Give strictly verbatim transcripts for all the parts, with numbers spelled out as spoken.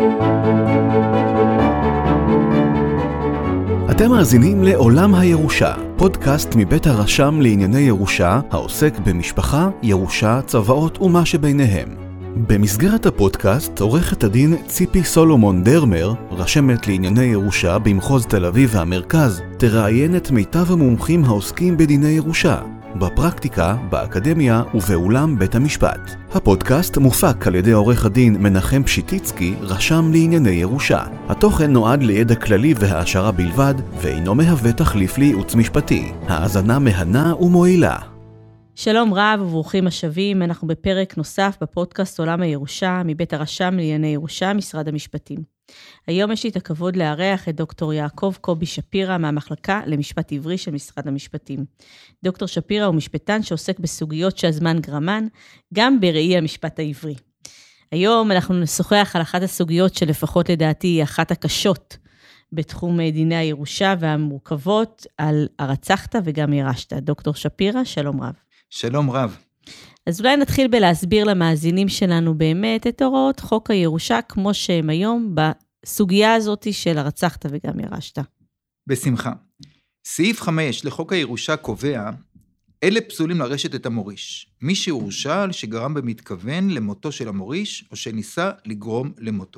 אתם מאזינים לעולם הירושה, פודקאסט מבית הרשם לענייני ירושה, העוסק במשפחה, ירושה, צוואות ומה שביניהם. במסגרת הפודקאסט, עורכת הדין ציפי סולומון דרמר, רשמת לענייני ירושה במחוז תל אביב והמרכז, תראיין את מיטב המומחים העוסקים בדיני ירושה, בפרקטיקה, באקדמיה ובאולם בית המשפט. הפודקאסט מופק על ידי עורך הדין מנחם פשיטיצקי, רשם לענייני ירושה. התוכן נועד לידע כללי והעשרה בלבד, ואינו מהווה תחליף לייעוץ משפטי. האזנה מהנה ומועילה. שלום רב וברוכים השבים, אנחנו בפרק נוסף בפודקאסט עולם הירושה, מבית הרשם לענייני ירושה, משרד המשפטים. היום יש לי את הכבוד לארח את דוקטור יעקב קובי שפירא מהמחלקה למשפט עברי של משרד המשפטים. דוקטור שפירא הוא משפטן שעוסק בסוגיות שהזמן גרמן, גם בראי המשפט העברי. היום אנחנו נשוחח על אחת הסוגיות שלפחות לדעתי היא אחת הקשות בתחום דיני הירושה והמורכבות, על הרצחת וגם ירשת. דוקטור שפירא, שלום רב. שלום רב. אז אולי נתחיל בלהסביר למאזינים שלנו באמת את הוראות חוק הירושה, כמו שהם היום בסוגיה הזאת של הרצחת וגם ירשת. בשמחה. סעיף חמש לחוק הירושה קובע, אלה פסולים לרשת את המוריש. מי שהורשע שגרם במתכוון למותו של המוריש, או שניסה לגרום למותו.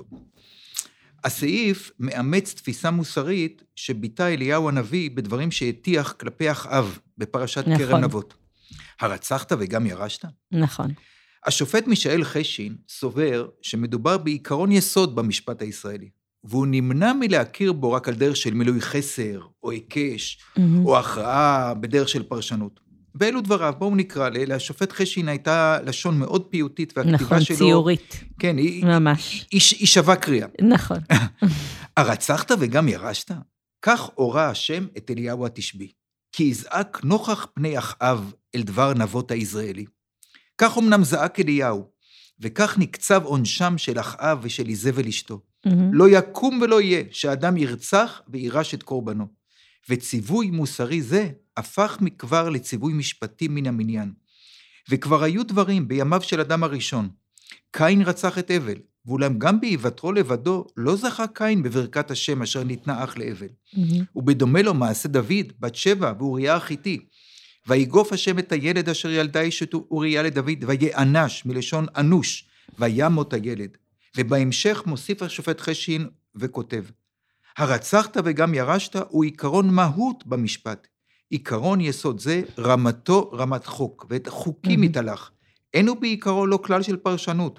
הסעיף מאמץ תפיסה מוסרית שביטא אליהו הנביא בדברים שהטיח כלפי אחאב בפרשת נכון. כרם נבות. הרצחת וגם ירשת? נכון. השופט מישאל חשין סובר שמדובר בעיקרון יסוד במשפט הישראלי, והוא נמנע מלהכיר בו רק על דרך של מילוי חסר, או עיקש, mm-hmm. או הכרעה בדרך של פרשנות. ואלו דבריו, בואו נקרא, לשופט חשין הייתה לשון מאוד פיוטית, והכתיבה נכון, שלו... נכון, ציורית. כן, היא, ממש. היא, היא שווה קריאה. נכון. הרצחת וגם ירשת? כך הורה השם את אליהו התשבי. כי יזעק נוכח פני אחאב אל דבר נבות היזרעאלי. כך אמנם זעק אליהו, וכך נקצב עונשם של אחאב ושל איזבל אשתו. Mm-hmm. לא יקום ולא יהיה שאדם ירצח וירש את קורבנו. וציווי מוסרי זה הפך מכבר לציווי משפטי מן המניין. וכבר היו דברים בימיו של אדם הראשון. קין רצח את הבל, ואולם גם בהיוותרו לבדו לא זכה קין בברכת השם אשר ניתנה אח להבל. Mm-hmm. ובדומה לו מעשה דוד, בת שבע ואוריה החיתי, ויגוף השם את הילד אשר ילדה אשת אוריה לדוד, ויענש מלשון אנוש, וימות הילד. ובהמשך מוסיף השופט חשין וכותב, הרצחת וגם ירשת הוא עיקרון מהות במשפט. עיקרון יסוד זה רמתו רמת חוק, ואת החוקים mm-hmm. מתהלך. אין הוא בעיקרו לא כלל של פרשנות.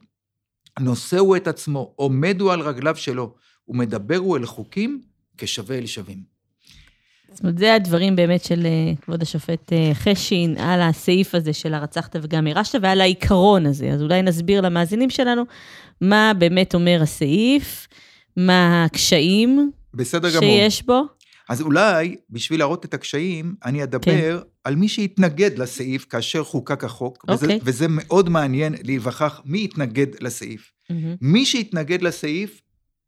נושאו את עצמו, עומדו על רגליו שלו, ומדברו אל חוקים כשווה אל שווים. זאת אומרת, זה הדברים באמת של כבוד השופט חשין, על הסעיף הזה של הרצחת וגם ירשת, ועל העיקרון הזה. אז אולי נסביר למאזינים שלנו, מה באמת אומר הסעיף, מה הקשיים שיש בו. אז אולי, בשביל להראות את הקשיים, אני אדבר כן. על מי שהתנגד לסעיף כאשר חוקק החוק, okay. וזה, וזה מאוד מעניין להיווכח מי התנגד לסעיף. Mm-hmm. מי שהתנגד לסעיף,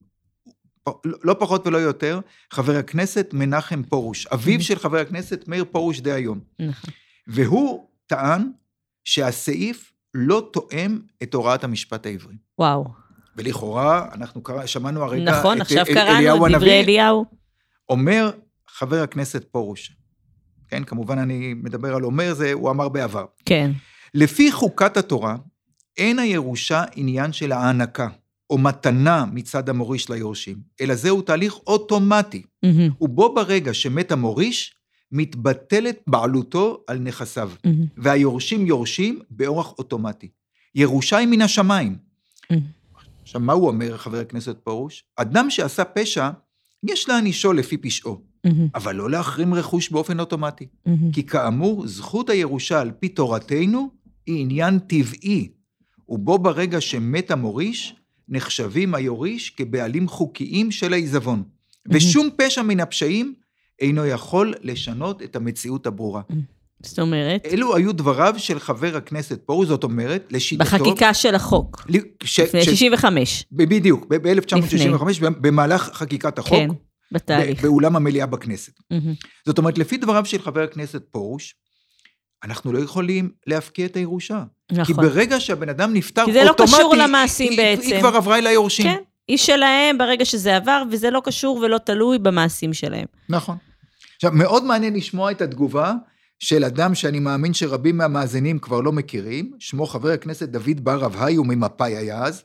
לא פחות ולא יותר, חבר הכנסת מנחם פרוש, אביו mm-hmm. של חבר הכנסת מאיר פרוש די היום. Mm-hmm. והוא טען שהסעיף לא תואם את הוראת המשפט העברי. וואו. ולכאורה, אנחנו קרא, שמענו הרגע נכון, את עכשיו אל, קראנו אליהו את דברי הנביא. אליהו. אומר חבר הכנסת פרוש, כן, כמובן אני מדבר על אומר זה, הוא אמר בעבר. כן. לפי חוקת התורה, אין הירושה עניין של הענקה, או מתנה מצד המוריש ליורשים, אלא זהו תהליך אוטומטי, mm-hmm. ובו ברגע שמת המוריש, מתבטלת בעלותו על נכסיו, mm-hmm. והיורשים יורשים באורח אוטומטי. ירושה היא מן השמיים. Mm-hmm. עכשיו, מה הוא אומר, חבר הכנסת פרוש? אדם שעשה פשע, יש להענישו לפי פשעו, mm-hmm. אבל לא להחרים רכוש באופן אוטומטי. Mm-hmm. כי כאמור, זכות הירושה על פי תורתנו, היא עניין טבעי, ובו ברגע שמת המוריש, נחשבים היוריש כבעלים חוקיים של העיזבון. Mm-hmm. ושום פשע מן הפשעים אינו יכול לשנות את המציאות הברורה. Mm-hmm. זאת אומרת? אלו היו דבריו של חבר הכנסת פרוש, זאת אומרת, לשיטתו... בחקיקה של החוק. ש, לפני ש, שישים וחמש. בדיוק, ב-אלף תשע מאות שישים וחמש, במהלך חקיקת החוק. כן, בתהליך. באולם המליאה בכנסת. Mm-hmm. זאת אומרת, לפי דבריו של חבר הכנסת פרוש, אנחנו לא יכולים להפקיע את הירושה. נכון. כי ברגע שהבן אדם נפטר, כי זה לא קשור למעשים בעצם. היא כבר עברה אל היורשים. כן. היא שלהם ברגע שזה עבר, וזה לא קשור ולא תלוי במעשים שלהם. נכון. עכשיו, מאוד מעניין לשמוע את התגובה של אדם שאני מאמין שרבים מהמאזינים כבר לא מכירים, שמו חבר הכנסת דוד בר אבהי, הוא ממפאי היה אז,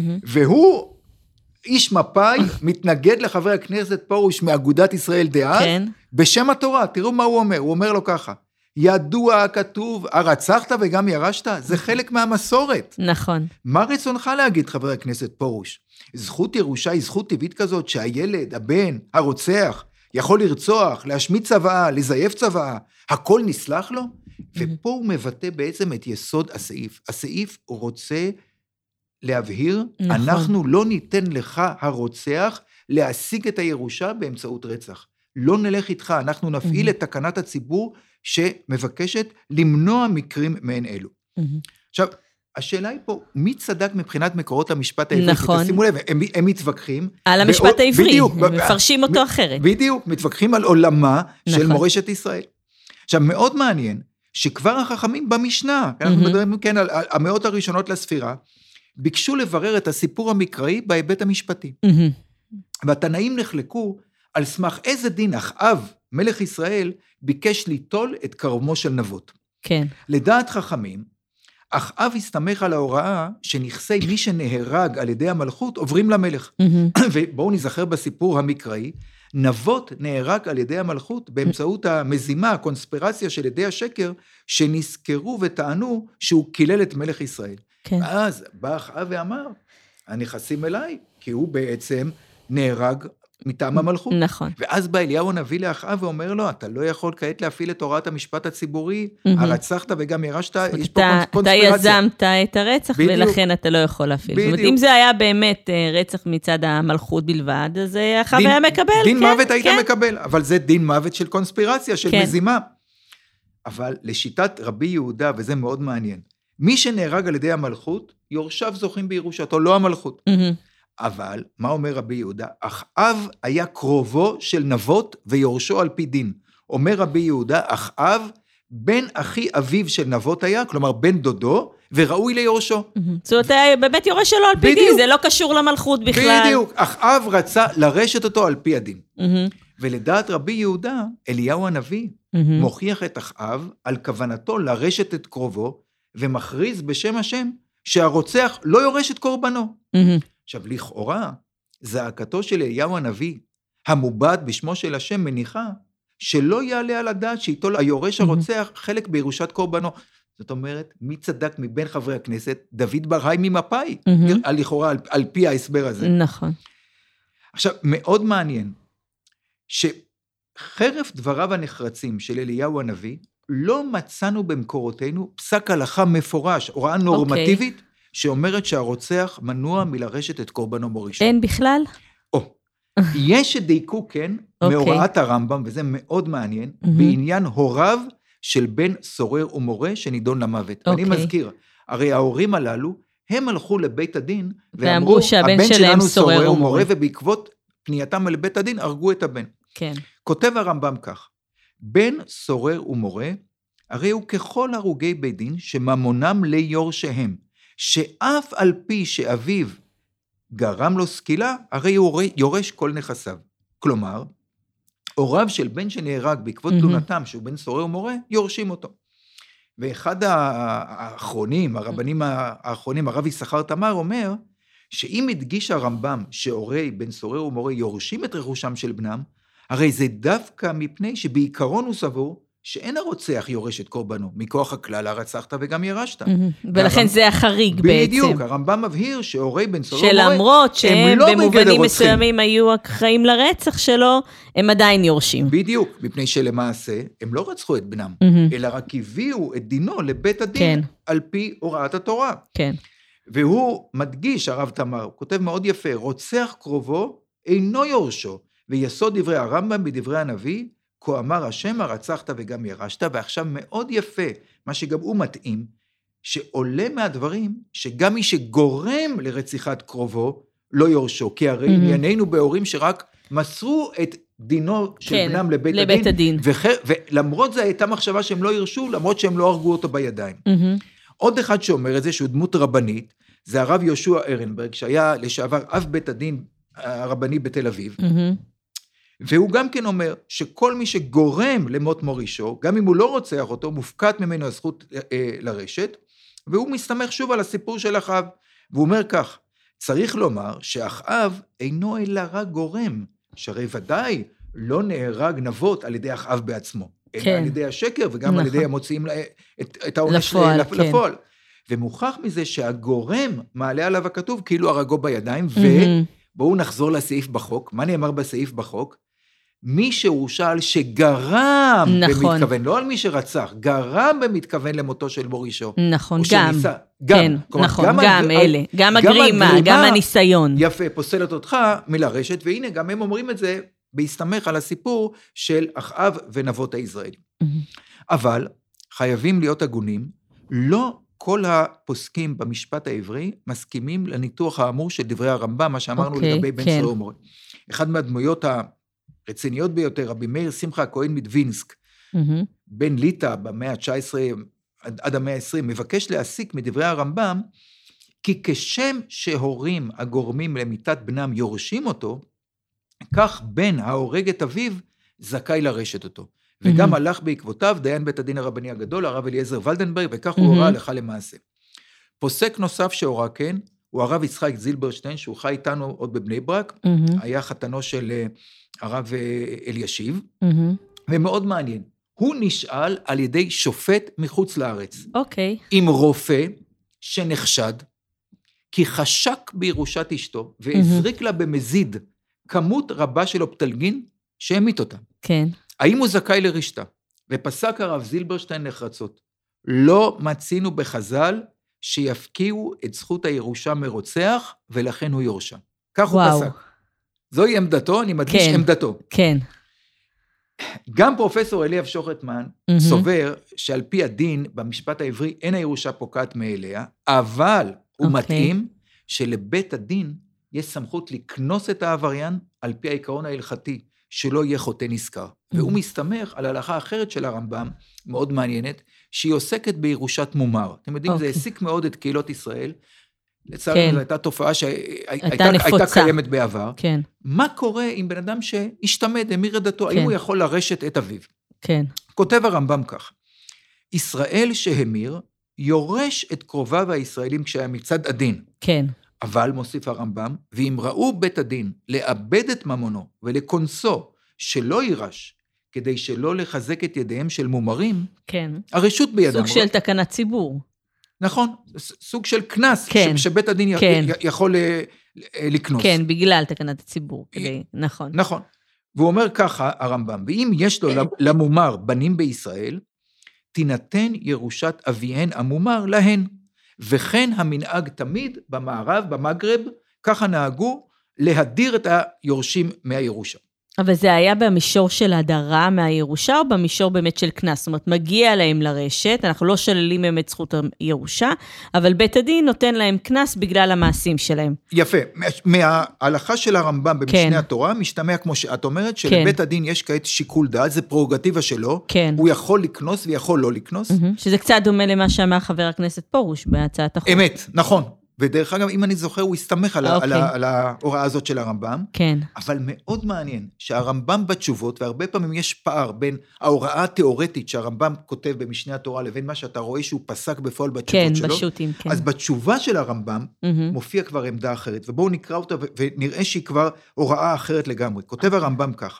והוא איש מפאי, מתנגד לחבר הכנסת פרוש מאגודת ישראל דאז, כן. בשם התורה, תראו מה הוא אומר, הוא אומר לו ככה, ידוע כתוב, הרצחת וגם ירשת, זה חלק מהמסורת. נכון. מה רצונך להגיד, חבר הכנסת פרוש? זכות ירושה היא זכות טבעית כזאת, שהילד, הבן, הרוצח, יכול לרצוח, להשמיד צוואה, לזייף צוואה, הכל נסלח לו? ופה הוא מבטא בעצם את יסוד הסעיף. הסעיף רוצה להבהיר, נכון. אנחנו לא ניתן לך הרוצח להשיג את הירושה באמצעות רצח. לא נלך איתך, אנחנו נפעיל את תקנת הציבור שמבקשת למנוע מקרים מעין אלו. עכשיו, השאלה היא פה, מי צדק מבחינת מקורות המשפט העברי? נכון. תשימו לב, הם, הם מתווכחים. על המשפט העברי, בדיוק, הם מפרשים אותו אחרת. בדיוק, מתווכחים על עולמה נכון. של מורשת ישראל. עכשיו, מאוד מעניין, שכבר החכמים במשנה, אנחנו מדברים כן על, על המאות הראשונות לספירה, ביקשו לברר את הסיפור המקראי בהיבט המשפטי. והתנאים נחלקו על סמך איזה דין אחאב, מלך ישראל, ביקש ליטול את קרמו של נבות. כן. לדעת חכמים, אחאב הסתמך על ההוראה שנכסי מי שנהרג על ידי המלכות עוברים למלך. ובואו נזכר בסיפור המקראי, נבות נהרג על ידי המלכות באמצעות המזימה, הקונספירציה של ידי השקר, שנזכרו וטענו שהוא קילל את מלך ישראל. כן. אז בא אחאב ואמר, הנכסים אליי, כי הוא בעצם נהרג מטעם המלכות. נכון. ואז בא אליהו הנביא לאחאב ואומר לו, אתה לא יכול כעת להפעיל את הוראת המשפט הציבורי, הרצחת וגם ירשת, יש פה קונספירציה. אתה יזמת את הרצח, ולכן אתה לא יכול להפעיל. זאת אומרת, אם זה היה באמת רצח מצד המלכות בלבד, אז אחאב היה מקבל. דין מוות היית מקבל, אבל זה דין מוות של קונספירציה, של מזימה. אבל לשיטת רבי יהודה, וזה מאוד מעניין, מי שנהרג על ידי המלכות, יורשיו זוכים בירושתו, לא המלכות. אבל, מה אומר רבי יהודה? אחאב היה קרובו של נבות ויורשו על פי דין. אומר רבי יהודה, אחאב בן אחי אביו של נבות היה, כלומר בן דודו, וראוי ליורשו. זאת אומרת, באמת יורש שלו על פי דין, זה לא קשור למלכות בכלל. בדיוק, אחאב רצה לרשת אותו על פי הדין. ולדעת רבי יהודה, אליהו הנביא, מוכיח את אחאב על כוונתו לרשת את קרובו, ומכריז בשם השם, שהרוצח לא יורש את קורבנו. עכשיו, לכאורה, זעקתו של אליהו הנביא, המובד בשמו של השם, מניחה, שלא יעלה על הדעת שיטול היורש הרוצח חלק בירושת קורבנו. זאת אומרת, מי צדק מבין חברי הכנסת? דוד בר-חי ממפאי, לכאורה, על, על פי ההסבר הזה. נכון. עכשיו, מאוד מעניין, שחרף דבריו הנחרצים של אליהו הנביא, לא מצאנו במקורותינו פסק הלכה מפורש, הוראה נורמטיבית, okay. שאומרת שהרוצח מנוע מלרשת את קורבנו מורישו. אין בכלל? או, יש שדייקו כן, okay. מהוראת הרמב"ם, וזה מאוד מעניין, mm-hmm. בעניין הוריו של בן סורר ומורה שנידון למוות. Okay. ואני מזכיר, הרי ההורים הללו, הם הלכו לבית הדין, ואמרו שהבן שלנו סורר ומורה, ובעקבות פנייתם אל בית הדין, הרגו את הבן. כן. כותב הרמב"ם כך, בן סורר ומורה, הרי הוא ככל הרוגי בית דין, שממונם ליורשיהם, שאף על פי שאביו גרם לו סקילה, הרי הוא יורש כל נכסיו. כלומר, הוריו של בן שנהרג בעקבות mm-hmm. תלונתם, שהוא בן סורר ומורה, יורשים אותו. ואחד האחרונים, הרבנים האחרונים, הרב יששכר תמר, אומר, שאם הדגיש הרמב"ם שהורי בן סורר ומורה יורשים את רכושם של בנם, הרי זה דווקא מפני שבעיקרון הוא סבור, שאין הרוצח יורש את קורבנו, מכוח הכלל הרצחת וגם ירשת. ולכן זה החריג בעצם. בדיוק, הרמב"ם מבהיר שהורי בן סורר ומורה, שלמרות שהם במובנים מסוימים היו אחראים לרצח שלו, הם עדיין יורשים. בדיוק, מפני שלמעשה הם לא רצחו את בנם, אלא רק הביאו את דינו לבית הדין, על פי הוראת התורה. כן. והוא מדגיש, הרב תמר, הוא כותב מאוד יפה, רוצח קרובו אינו יורשו, ויסוד דברי הרמב"ם בדברי הנביא, כה אמר השם הרצחת וגם ירשת, ועכשיו מאוד יפה, מה שגם הוא מתאים, שעולה מהדברים, שגם מי שגורם לרציחת קרובו, לא יורשו, כי הרי ענייננו בהורים שרק מסרו את דינו של כן, בנם לבית, לבית הדין, הדין. וח... ולמרות זה הייתה מחשבה שהם לא ירשו, למרות שהם לא הרגו אותו בידיים. עוד אחד שאומר את זה, שהוא דמות רבנית, זה הרב יהושע ארנברג, שהיה לשעבר אב בית הדין הרבני בתל אביב, והוא גם כן אומר שכל מי שגורם למות מורישו, גם אם הוא לא רוצח אותו, מופקד ממנו הזכות לרשת, והוא מסתמך שוב על הסיפור של אחאב, והוא אומר כך, צריך לומר שאחאב אינו אלא רק גורם, שהרי ודאי לא נהרג נבות על ידי אחאב בעצמו, אלא כן. על ידי השקר, וגם נכון. על ידי המוציאים את, את העונש לפועל. כן. לפועל. ומוכח מזה שהגורם מעלה עליו הכתוב, כאילו הרגו בידיים, mm-hmm. ובואו נחזור לסעיף בחוק, מה נאמר בסעיף בחוק? מי שהורשע על שגרם נכון. במתכוון, לא על מי שרצח, גרם במתכוון למותו של מורישו. נכון, גם. שניסה, גם. כן, כלומר, נכון, גם, גם הג... אלה. גם, גם הגרימה, הגרימה, גם הניסיון. יפה, פוסלת אותך מלרשת, והנה גם הם אומרים את זה, בהסתמך על הסיפור של אחאב ונבות הישראלים. Mm-hmm. אבל חייבים להיות הגונים, לא כל הפוסקים במשפט העברי מסכימים לניתוח האמור של דברי הרמב"ם, מה שאמרנו okay, לגבי בן כן. סורר. אחד מהדמויות הרציניות ביותר, רבי מאיר שמחה הכהן מדווינסק, mm-hmm. בן ליטא במאה ה-תשע עשרה עד, עד המאה ה-עשרים, מבקש להסיק מדברי הרמב"ם, כי כשם שהורים הגורמים למיתת בנם יורשים אותו, כך בן ההורג את אביו זכאי לרשת אותו. וגם mm-hmm. הלך בעקבותיו דיין בית הדין הרבני הגדול, הרב אליעזר ולדנברג, וכך mm-hmm. הוא הורה הלכה למעשה. פוסק נוסף שהורה כן, הוא הרב יצחק זילברשטיין, שהוא חי איתנו עוד בבני ברק, mm-hmm. היה חתנו של הרב אלישיב, mm-hmm. ומאוד מעניין. הוא נשאל על ידי שופט מחוץ לארץ. אוקיי. Okay. עם רופא שנחשד, כי חשק בירושת אשתו, והזריק mm-hmm. לה במזיד כמות רבה של אופטלגין, שהמית אותה. כן. האם הוא זכאי לרשתה? ופסק הרב זילברשטיין נחרצות. לא מצינו בחז"ל שיפקיעו את זכות הירושה מרוצח, ולכן הוא יורשה. כך וואו. הוא פסק. זוהי עמדתו, אני מדגיש כן, עמדתו. כן. גם פרופסור אליאב שוחטמן mm-hmm. סובר שעל פי הדין במשפט העברי אין הירושה פוקעת מאליה, אבל הוא okay. מתאים שלבית הדין יש סמכות לקנוס את העבריין על פי העיקרון ההלכתי, שלא יהיה חוטא נזכר. Mm-hmm. והוא מסתמך על הלכה אחרת של הרמב"ם, מאוד מעניינת, שהיא עוסקת בירושת מומר. אתם יודעים, okay. זה העסיק מאוד את קהילות ישראל, לצערנו, זו הייתה תופעה שהייתה קיימת בעבר. כן. מה קורה עם בן אדם שהשתמד, המיר את דתו, האם הוא יכול לרשת את אביו? כן. כותב הרמב"ם כך, ישראל שהמיר, יורש את קרוביו הישראלים כשהיה מצד הדין. כן. אבל, מוסיף הרמב"ם, ואם ראו בית הדין לאבד את ממונו ולקונסו שלא יירש, כדי שלא לחזק את ידיהם של מומרים, כן. הרשות בידם. סוג של תקנת ציבור. נכון, סוג של כנס, כן, שבית הדין כן. י- יכול לקנוס. כן, בגלל תקנת הציבור, כדי, נכון. נכון, והוא אומר ככה, הרמב"ם, ואם יש לו למומר בנים בישראל, תינתן ירושת אביהן המומר להן, וכן המנהג תמיד במערב, במגרב, ככה נהגו להדיר את היורשים מהירושה. אבל זה היה במישור של הדרה מהירושה, או במישור באמת של כנס? זאת אומרת, מגיע להם לרשת, אנחנו לא שללים מהם את זכות הירושה, אבל בית הדין נותן להם כנס בגלל המעשים שלהם. יפה, מההלכה של הרמב"ם במשנה כן. התורה, משתמע כמו שאת אומרת, שלבית כן. הדין יש כעת שיקול דעת, זה פררוגטיבה שלו, כן. הוא יכול לקנוס ויכול לא לקנוס. Mm-hmm. שזה קצת דומה למה שאמר חבר הכנסת פרוש בהצעת החוק. אמת, נכון. ודרך אגב, אם אני זוכר, הוא הסתמך על, okay. על, על ההוראה הזאת של הרמב"ם. כן. אבל מאוד מעניין שהרמב"ם בתשובות, והרבה פעמים יש פער בין ההוראה התיאורטית שהרמב"ם כותב במשנה התורה, לבין מה שאתה רואה שהוא פסק בפועל בתשובות כן, שלו. בשו"תים, כן. אז בתשובה של הרמב"ם mm-hmm. מופיע כבר עמדה אחרת, ובואו נקרא אותה ונראה שהיא כבר הוראה אחרת לגמרי. כותב הרמב"ם כך,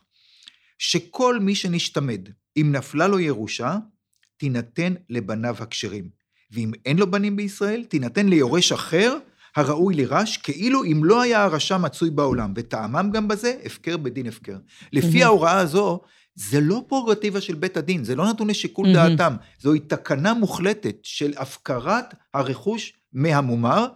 שכל מי שנשתמד, אם נפלה לו ירושה, תינתן לבניו הכשרים. ואם אין לו בנים בישראל, תינתן ליורש אחר, הראוי לירש, כאילו אם לא היה הרשע מצוי בעולם, וטעמם גם בזה, הפקר בדין הפקר. לפי ההוראה הזו, זה לא פררוגטיבה של בית הדין, זה לא נתון לשיקול דעתם, זוהי תקנה מוחלטת של הפקרת הרכוש מהמומר,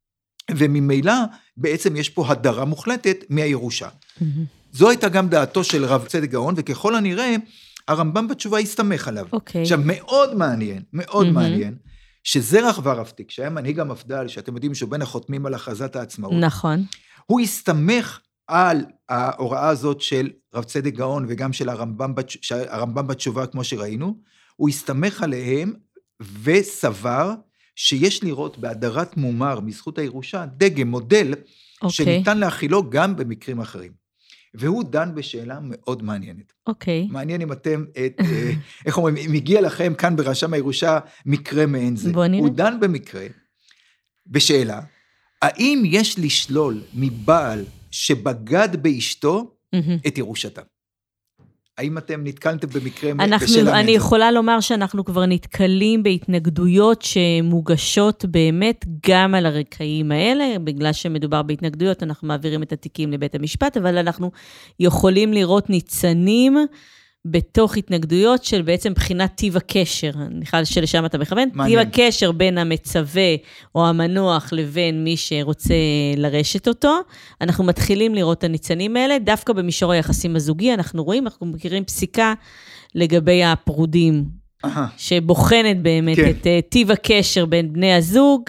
וממילא בעצם יש פה הדרה מוחלטת מהירושה. זו הייתה גם דעתו של רב צדק גאון, וככל הנראה, הרמב"ם בתשובה הסתמך עליו. Okay. עכשיו, מאוד מעניין, מאוד mm-hmm. מעניין, שזרח ורבטיק, שהיה מנהיג המפד"ל, שאתם יודעים שהוא בין החותמים על הכרזת העצמאות, נכון. הוא הסתמך על ההוראה הזאת של רב צדק גאון, וגם של הרמב"ם, הרמב"ם בתשובה, כמו שראינו, הוא הסתמך עליהם, וסבר שיש לראות בהדרת מומר מזכות הירושה, דגם, מודל, אוקיי. שניתן להכילו גם במקרים אחרים. והוא דן בשאלה מאוד מעניינת. אוקיי. מעניין אם אתם, את, איך אומרים, אם הגיע לכם כאן ברשם הירושה מקרה מעין זה. בוא נראה. הוא דן במקרה, בשאלה, האם יש לשלול מבעל שבגד באשתו את ירושתה? האם אתם נתקלתם במקרה אנחנו, בשאלה? אני יכולה לומר שאנחנו כבר נתקלים בהתנגדויות שמוגשות באמת גם על הרקעים האלה, בגלל שמדובר בהתנגדויות, אנחנו מעבירים את התיקים לבית המשפט, אבל אנחנו יכולים לראות ניצנים בתוך התנגדויות של בעצם בחינת טיב הקשר, נראה שלשם אתה מכוון, טיב הקשר בין המצווה או המנוח לבין מי שרוצה לרשת אותו, אנחנו מתחילים לראות את הניצנים האלה, דווקא במישור היחסים הזוגי, אנחנו רואים, אנחנו מכירים פסיקה לגבי הפרודים, שבוחנת באמת כן. את uh, טיב הקשר בין בני הזוג,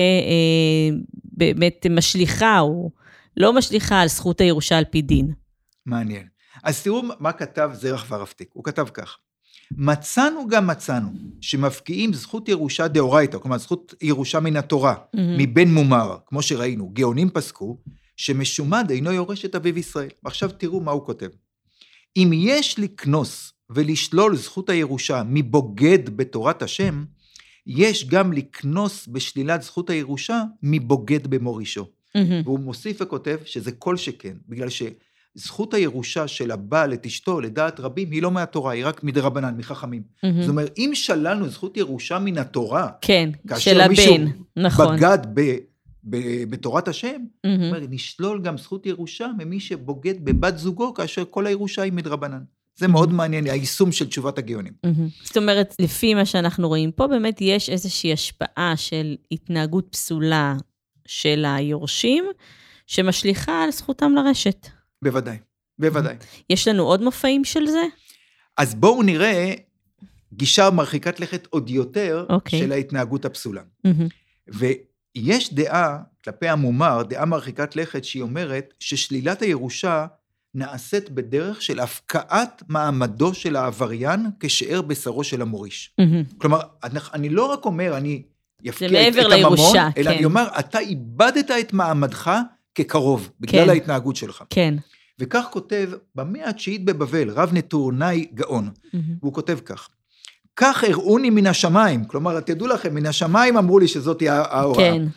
כבאמת uh, משליחה או לא משליחה על זכות הירושה על פי דין. מעניין. אז תראו מה כתב זרח ורפתיק, הוא כתב כך, מצאנו גם מצאנו, שמפקיעים זכות ירושה דאורייתא, כלומר זכות ירושה מן התורה, mm-hmm. מבן מומר, כמו שראינו, גאונים פסקו, שמשומד אינו יורש את אביו ישראל. ועכשיו תראו מה הוא כותב. אם יש לקנוס ולשלול זכות הירושה מבוגד בתורת השם, יש גם לקנוס בשלילת זכות הירושה מבוגד במורישו. Mm-hmm. והוא מוסיף וכותב שזה כל שכן, בגלל ש... זכות הירושה של הבעל את אשתו, לדעת רבים, היא לא מהתורה, היא רק מדרבנן, מחכמים. Mm-hmm. זאת אומרת, אם שללנו זכות ירושה מן התורה, כן, של הבן, נכון. בגד ב, ב, בתורת השם, mm-hmm. זאת אומרת, נשלול גם זכות ירושה ממי שבוגד בבת זוגו, כאשר כל הירושה היא מדרבנן. זה mm-hmm. מאוד מעניין, היישום של תשובת הגאונים. Mm-hmm. זאת אומרת, לפי מה שאנחנו רואים פה, באמת יש איזושהי השפעה של התנהגות פסולה של היורשים, שמשליכה על זכותם לרשת. בוודאי, בוודאי. יש לנו עוד מופעים של זה? אז בואו נראה גישה מרחיקת לכת עוד יותר okay. של ההתנהגות הפסולה. Mm-hmm. ויש דעה כלפי המומר, דעה מרחיקת לכת שהיא אומרת ששלילת הירושה נעשית בדרך של הפקעת מעמדו של העבריין כשאר בשרו של המוריש. Mm-hmm. כלומר, אני לא רק אומר, אני יפקיע את, את הממון, אלא כן. אני אומר, אתה איבדת את מעמדך כקרוב, בגלל כן. ההתנהגות שלך. כן. וכך כותב, במאה התשיעית בבבל, רב נטורנאי גאון, mm-hmm. והוא כותב כך, כך הראוני מן השמיים, כלומר, תדעו לכם, מן השמיים אמרו לי שזאת ההוראה, כן.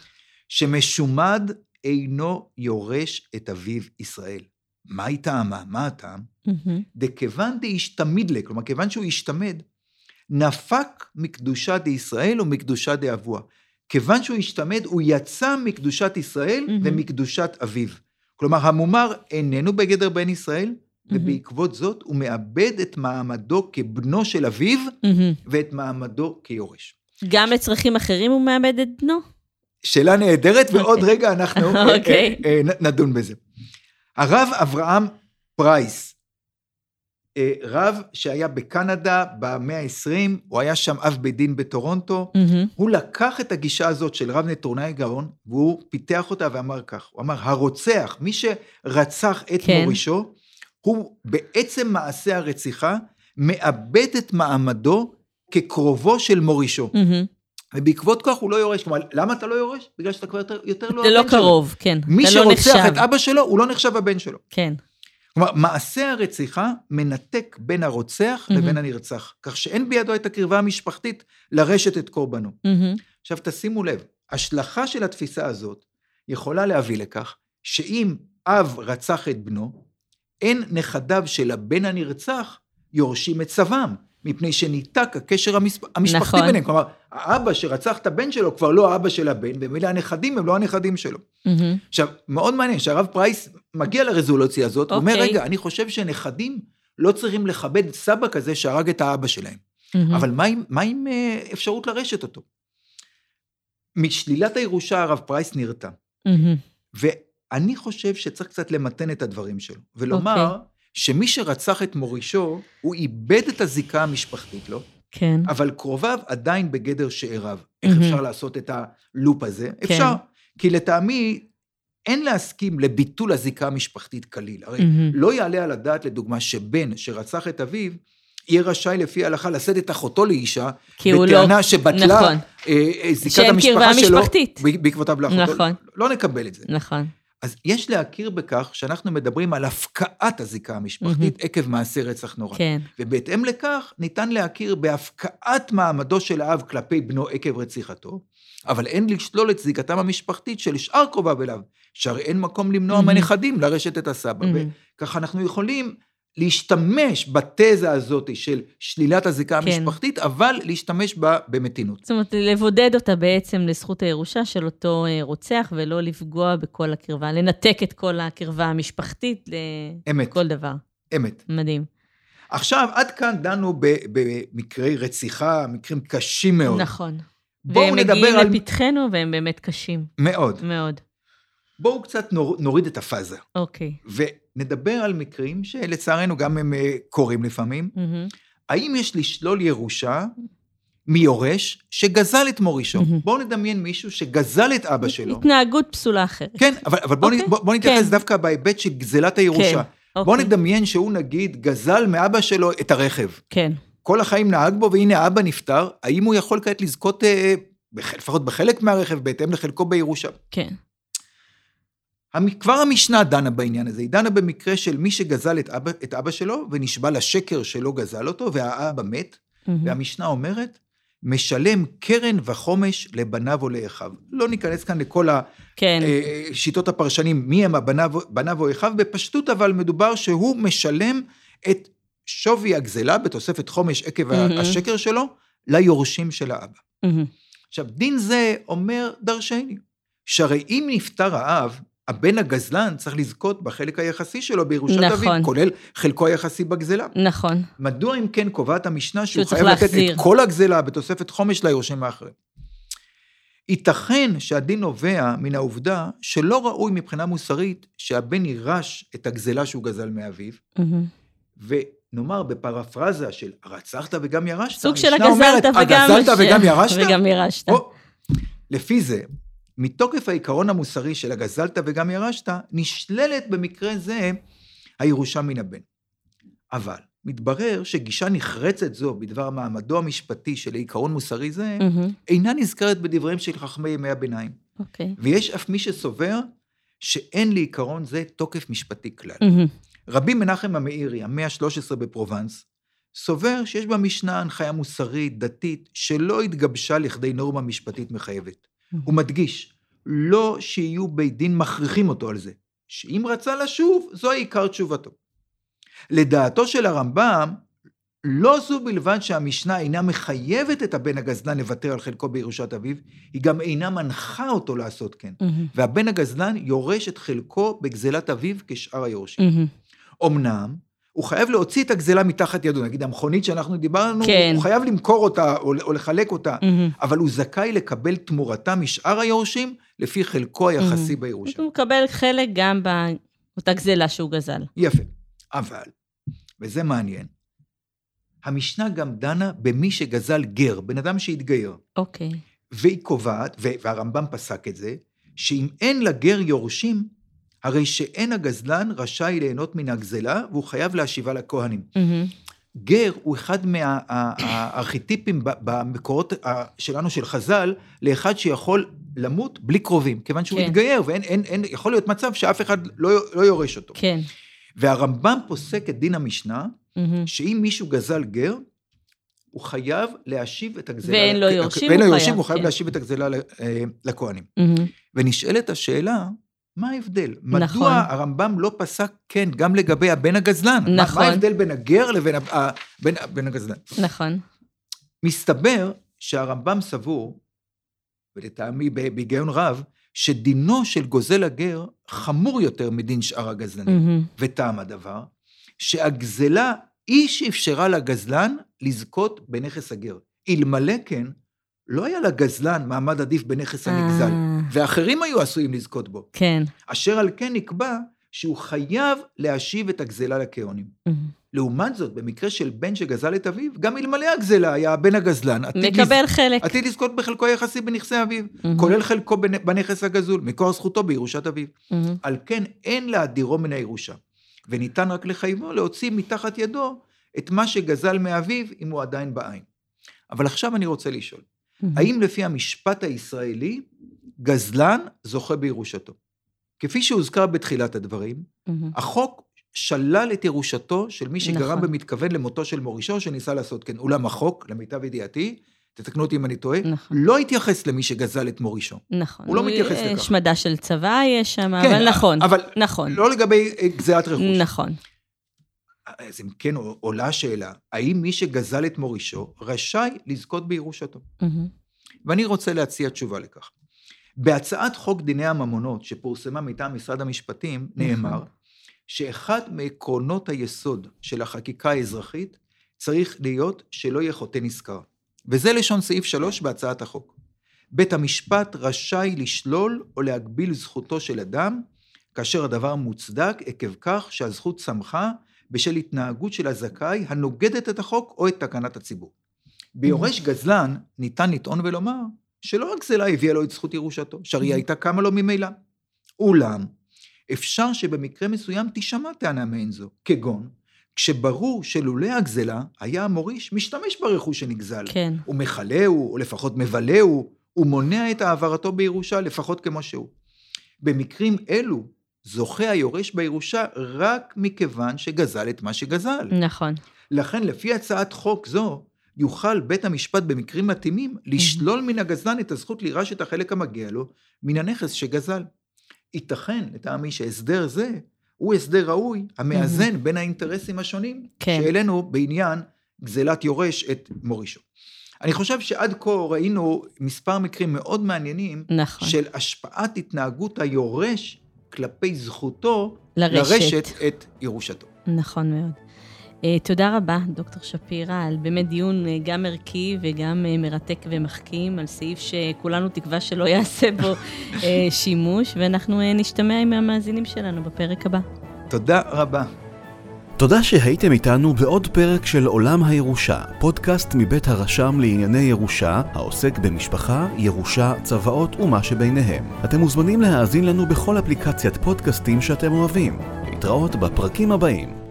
שמשומד אינו יורש את אביו ישראל. מה היא טעמה? מה הטעם? Mm-hmm. דכיוון דהשתמיד לה, כלומר, כיוון שהוא השתמד, נפק מקדושת ישראל או מקדושת דאבוה. כיוון שהוא השתמד, הוא יצא מקדושת ישראל mm-hmm. ומקדושת אביו. כלומר, המומר איננו בגדר בן ישראל, mm-hmm. ובעקבות זאת הוא מאבד את מעמדו כבנו של אביו, mm-hmm. ואת מעמדו כיורש. גם לצרכים אחרים הוא מאבד את בנו? שאלה נהדרת, okay. ועוד רגע אנחנו okay. נדון בזה. הרב אברהם פרייס, רב שהיה בקנדה במאה ה-עשרים, הוא היה שם אב בית דין בטורונטו, mm-hmm. הוא לקח את הגישה הזאת של רב נטורנאי גאון, והוא פיתח אותה ואמר כך, הוא אמר, הרוצח, מי שרצח את כן. מורישו, הוא בעצם מעשה הרציחה, מאבד את מעמדו כקרובו של מורישו. Mm-hmm. ובעקבות כך הוא לא יורש, כלומר, למה אתה לא יורש? בגלל שאתה כבר יותר, יותר לא הבן שלו. זה לא קרוב, כן. מי שרוצח לא את אבא שלו, הוא לא נחשב הבן שלו. כן. כלומר, מעשה הרציחה מנתק בין הרוצח mm-hmm. לבין הנרצח, כך שאין בידו את הקרבה המשפחתית לרשת את קורבנו. Mm-hmm. עכשיו, תשימו לב, השלכה של התפיסה הזאת יכולה להביא לכך, שאם אב רצח את בנו, אין נכדיו של הבן הנרצח יורשים את סבם, מפני שניתק הקשר המשפחתי נכון. ביניהם. כלומר, האבא שרצח את הבן שלו כבר לא האבא של הבן, ומילה הנכדים הם לא הנכדים שלו. Mm-hmm. עכשיו, מאוד מעניין, שהרב פרייס מגיע לרזולוציה הזאת, הוא okay. אומר, רגע, אני חושב שנכדים לא צריכים לכבד סבא כזה שהרג את האבא שלהם. Mm-hmm. אבל מה עם, מה עם אפשרות לרשת אותו? משלילת הירושה הרב פרייס נרתע. Mm-hmm. ואני חושב שצריך קצת למתן את הדברים שלו, ולומר, okay. שמי שרצח את מורישו, הוא איבד את הזיקה המשפחתית לו, כן. אבל קרוביו עדיין בגדר שאיריו. איך mm-hmm. אפשר לעשות את הלופ הזה? כן. אפשר, כי לטעמי אין להסכים לביטול הזיקה המשפחתית כליל. הרי mm-hmm. לא יעלה על הדעת לדוגמה שבן שרצח את אביו, יהיה רשאי לפי ההלכה לשאת את אחותו לאישה, בטענה לא... שבטלה נכון. אה, זיקת המשפחה שלו, בעקבותיו לאחותו, נכון. לא נקבל את זה. נכון. אז יש להכיר בכך שאנחנו מדברים על הפקעת הזיקה המשפחתית mm-hmm. עקב מעשה רצח נורא. כן. ובהתאם לכך ניתן להכיר בהפקעת מעמדו של האב כלפי בנו עקב רציחתו, אבל אין לשלול את זיקתם המשפחתית של שאר קרוביו אליו, שהרי אין מקום למנוע mm-hmm. מהנכדים לרשת את הסבא. Mm-hmm. וככה אנחנו יכולים להשתמש בתזה הזאת של שלילת הזיקה כן. המשפחתית, אבל להשתמש בה במתינות. זאת אומרת, לבודד אותה בעצם לזכות הירושה של אותו רוצח, ולא לפגוע בכל הקרבה, לנתק את כל הקרבה המשפחתית לכל דבר. אמת. מדהים. עכשיו, עד כאן דנו במקרי רציחה, מקרים קשים מאוד. נכון. והם מגיעים על... לפתחנו, והם באמת קשים. מאוד. מאוד. בואו קצת נוריד את הפאזה. אוקיי. ונדבר על מקרים שלצערנו גם הם קורים לפעמים. Mm-hmm. האם יש לשלול ירושה מיורש שגזל את מורישו? Mm-hmm. בואו נדמיין מישהו שגזל את אבא שלו. התנהגות פסולה אחרת. כן, אבל, אבל בואו okay. בוא, בוא נתייחס כן. דווקא בהיבט של גזלת הירושה. כן. Okay. בואו נדמיין שהוא נגיד גזל מאבא שלו את הרכב. כן. כל החיים נהג בו, והנה האבא נפטר, האם הוא יכול כעת לזכות, אה, לפחות בחלק מהרכב, בהתאם לחלקו בירושה? כן. כבר המשנה דנה בעניין הזה, היא דנה במקרה של מי שגזל את אבא, את אבא שלו, ונשבע לשקר שלא גזל אותו, והאבא מת, mm-hmm. והמשנה אומרת, משלם קרן וחומש לבניו או לאחיו. לא ניכנס כאן לכל כן. השיטות הפרשנים, מי הם הבניו, בניו או אחיו, בפשטות אבל מדובר שהוא משלם את שווי הגזלה, בתוספת חומש עקב mm-hmm. השקר שלו, ליורשים של האבא. Mm-hmm. עכשיו, דין זה אומר דרשני, שהרי אם נפטר האב, הבן הגזלן צריך לזכות בחלק היחסי שלו בירושת נכון. אביו, כולל חלקו היחסי בגזלה. נכון. מדוע אם כן קובעת המשנה שהוא חייב לתת להחזיר. את כל הגזלה בתוספת חומש ליורשים האחרים? ייתכן שהדין נובע מן העובדה שלא ראוי מבחינה מוסרית שהבן יירש את הגזלה שהוא גזל מאביו, mm-hmm. ונאמר בפרפרזה של רצחת וגם ירשת, סוג של הגזלת וגם, וגם ירשת, וגם ירשת. או, לפי זה, מתוקף העיקרון המוסרי של הגזלת וגם ירשת, נשללת במקרה זה הירושה מן הבן. אבל מתברר שגישה נחרצת זו בדבר מעמדו המשפטי של העיקרון מוסרי זה, mm-hmm. אינה נזכרת בדבריהם של חכמי ימי הביניים. Okay. ויש אף מי שסובר שאין לעיקרון זה תוקף משפטי כלל. Mm-hmm. רבי מנחם המאירי, המאה ה-שלוש עשרה בפרובנס, סובר שיש במשנה הנחיה מוסרית, דתית, שלא התגבשה לכדי נורמה משפטית מחייבת. הוא מדגיש, לא שיהיו בית דין מכריחים אותו על זה, שאם רצה לשוב, זו העיקר תשובתו. לדעתו של הרמב"ם, לא זו בלבד שהמשנה אינה מחייבת את הבן הגזלן לוותר על חלקו בירושת אביו, היא גם אינה מנחה אותו לעשות כן. Mm-hmm. והבן הגזלן יורש את חלקו בגזלת אביו כשאר היורשים. Mm-hmm. אמנם, הוא חייב להוציא את הגזלה מתחת ידו, נגיד המכונית שאנחנו דיברנו, כן. הוא חייב למכור אותה או, או לחלק אותה, mm-hmm. אבל הוא זכאי לקבל תמורתה משאר היורשים, לפי חלקו היחסי mm-hmm. בירושה. הוא מקבל חלק גם באותה גזלה שהוא גזל. יפה, אבל, וזה מעניין, המשנה גם דנה במי שגזל גר, בן אדם שהתגייר. אוקיי. Okay. והיא קובעת, והרמב"ם פסק את זה, שאם אין לגר יורשים, הרי שאין הגזלן רשאי ליהנות מן הגזלה, והוא חייב להשיבה לכהנים. Mm-hmm. גר הוא אחד מהארכיטיפים במקורות שלנו של חז"ל, לאחד שיכול למות בלי קרובים, כיוון שהוא כן. התגייר, ואין, אין, אין, יכול להיות מצב שאף אחד לא, לא יורש אותו. כן. והרמב"ם פוסק את דין המשנה, mm-hmm. שאם מישהו גזל גר, הוא חייב להשיב את הגזלה. ואין לו יורשים, ואין לו יורשים, הוא חייב כן. להשיב את הגזלה לכהנים. Mm-hmm. ונשאלת השאלה, מה ההבדל? נכון. מדוע הרמב"ם לא פסק כן גם לגבי הבן הגזלן? נכון. מה ההבדל בין הגר לבין בין, בין הגזלן? נכון. מסתבר שהרמב"ם סבור, ולטעמי בהיגיון רב, שדינו של גוזל הגר חמור יותר מדין שאר הגזלנים. Mm-hmm. וטעם הדבר, שהגזלה היא שאפשרה לגזלן לזכות בנכס הגר. אלמלא כן, לא היה לגזלן מעמד עדיף בנכס הנגזל, ואחרים היו עשויים לזכות בו. כן. אשר על כן נקבע שהוא חייב להשיב את הגזלה לכהנים. לעומת זאת, במקרה של בן שגזל את אביו, גם אלמלא הגזלה היה בן הגזלן. מקבל חלק. עתיד לזכות בחלקו יחסי בנכסי אביו, כולל חלקו בנכס הגזול, מקור זכותו בירושת אביו. על כן אין להדירו מן הירושה, וניתן רק לחייבו להוציא מתחת ידו את מה שגזל מאביו אם הוא עדיין בעין. אבל עכשיו אני רוצה לשאול, האם לפי המשפט הישראלי, גזלן זוכה בירושתו? כפי שהוזכר בתחילת הדברים, החוק שלל את ירושתו של מי שגרם במתכוון למותו של מורישו, שניסה לעשות כן. אולם החוק, למיטב ידיעתי, תתקנו אותי אם אני טועה, לא התייחס למי שגזל את מורישו. נכון. הוא לא מתייחס לכך. השמדה של צבא יש שם, אבל נכון. אבל לא לגבי גזלת רכוש. נכון. אז אם כן עולה השאלה, האם מי שגזל את מורישו רשאי לזכות בירושתו? ואני רוצה להציע תשובה לכך. בהצעת חוק דיני הממונות שפורסמה מטעם משרד המשפטים, נאמר שאחד מעקרונות היסוד של החקיקה האזרחית צריך להיות שלא יהיה חוטא נזכר. וזה לשון סעיף שלוש בהצעת החוק. בית המשפט רשאי לשלול או להגביל זכותו של אדם, כאשר הדבר מוצדק עקב כך שהזכות צמחה בשל התנהגות של הזכאי הנוגדת את החוק או את תקנת הציבור. ביורש גזלן ניתן לטעון ולומר שלא רק גזלה הביאה לו את זכות ירושתו, שהרי הייתה קמה לו ממילא. אולם, אפשר שבמקרה מסוים תשמע טענה מעין זו, כגון, כשברור שלולא הגזלה, היה המוריש משתמש ברכוש שנגזל. כן. הוא מחלהו, או לפחות מבלהו, הוא מונע את העברתו בירושה, לפחות כמו שהוא. במקרים אלו, זוכה היורש בירושה רק מכיוון שגזל את מה שגזל. נכון. לכן, לפי הצעת חוק זו, יוכל בית המשפט במקרים מתאימים לשלול מן הגזלן את הזכות לירש את החלק המגיע לו מן הנכס שגזל. ייתכן, לטעמי, שהסדר זה הוא הסדר ראוי, המאזן בין האינטרסים השונים, כן. שאלינו בעניין גזלת יורש את מורישו. אני חושב שעד כה ראינו מספר מקרים מאוד מעניינים, נכון. של השפעת התנהגות היורש כלפי זכותו לרשת, לרשת את ירושתו. נכון מאוד. תודה רבה, דוקטור שפירא, על באמת דיון גם ערכי וגם מרתק ומחכים, על סעיף שכולנו תקווה שלא יעשה בו שימוש, ואנחנו נשתמע עם המאזינים שלנו בפרק הבא. תודה רבה. תודה שהייתם איתנו בעוד פרק של עולם הירושה, פודקאסט מבית הרשם לענייני ירושה, העוסק במשפחה, ירושה, צוואות ומה שביניהם. אתם מוזמנים להאזין לנו בכל אפליקציית פודקאסטים שאתם אוהבים. להתראות בפרקים הבאים.